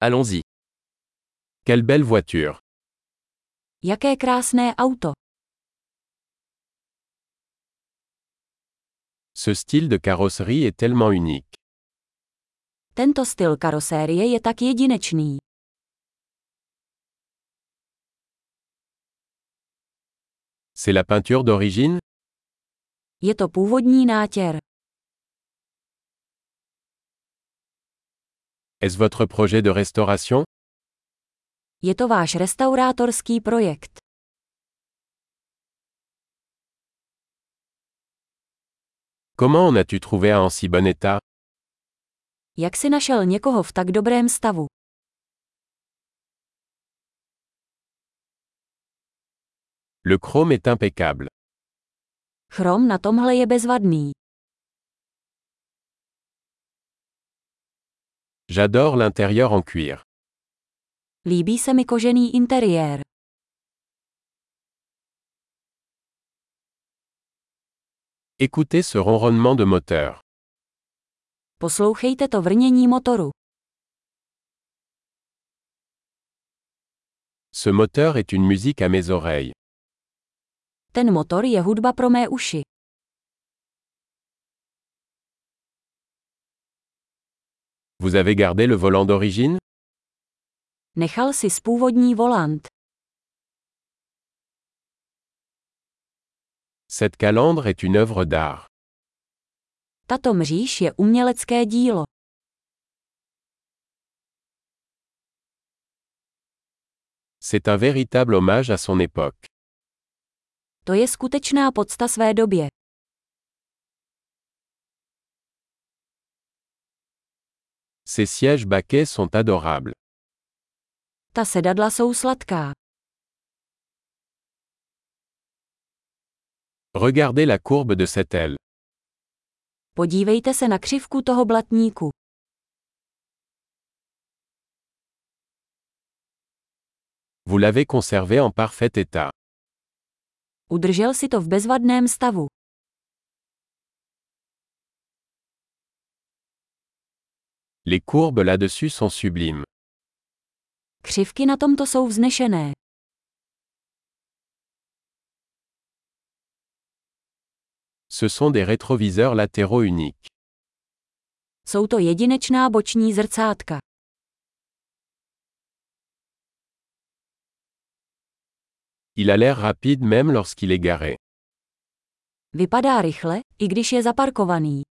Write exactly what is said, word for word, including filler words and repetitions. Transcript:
Allons-y. Quelle belle voiture. Jaké krásné auto. Ce style de carrosserie est tellement unique. Tento styl karosérie je tak jedinečný. C'est la peinture d'origine? Je to původní nátěr. Est-ce votre projet de restauration? Je to váš restaurátorský projekt. Comment en as-tu trouvé un en si bon état? Jak si našel někoho v tak dobrém stavu? Le chrome est impeccable. Chrom na tomhle je bezvadný. J'adore l'intérieur en cuir. Líbí se mi kožený interiér. Écoutez ce ronronnement de moteur. Poslouchejte to vrnění motoru. Ce moteur est une musique à mes oreilles. Ten motor je hudba pro mé uši. Vous avez gardé le volant d'origine? Nechal si původní volant. Cette calandre est une œuvre d'art. Tato mříž je umělecké dílo. C'est un véritable hommage à son époque. To je skutečná podsta své době. Ces sièges baquets sont adorables. Ta sedadla jsou sladká. Regardez la courbe de cette aile. Podívejte se na křivku toho blatníku. Vous l'avez conservé en parfait état. Udržel si to v bezvadném stavu. Les courbes là-dessus sont sublimes. Křivky na tomto jsou vznešené. Ce sont des rétroviseurs latéraux uniques. Jsou to jedinečná boční zrcátka. Il a l'air rapide même lorsqu'il est garé. Vypadá rychle, i když je zaparkovaný.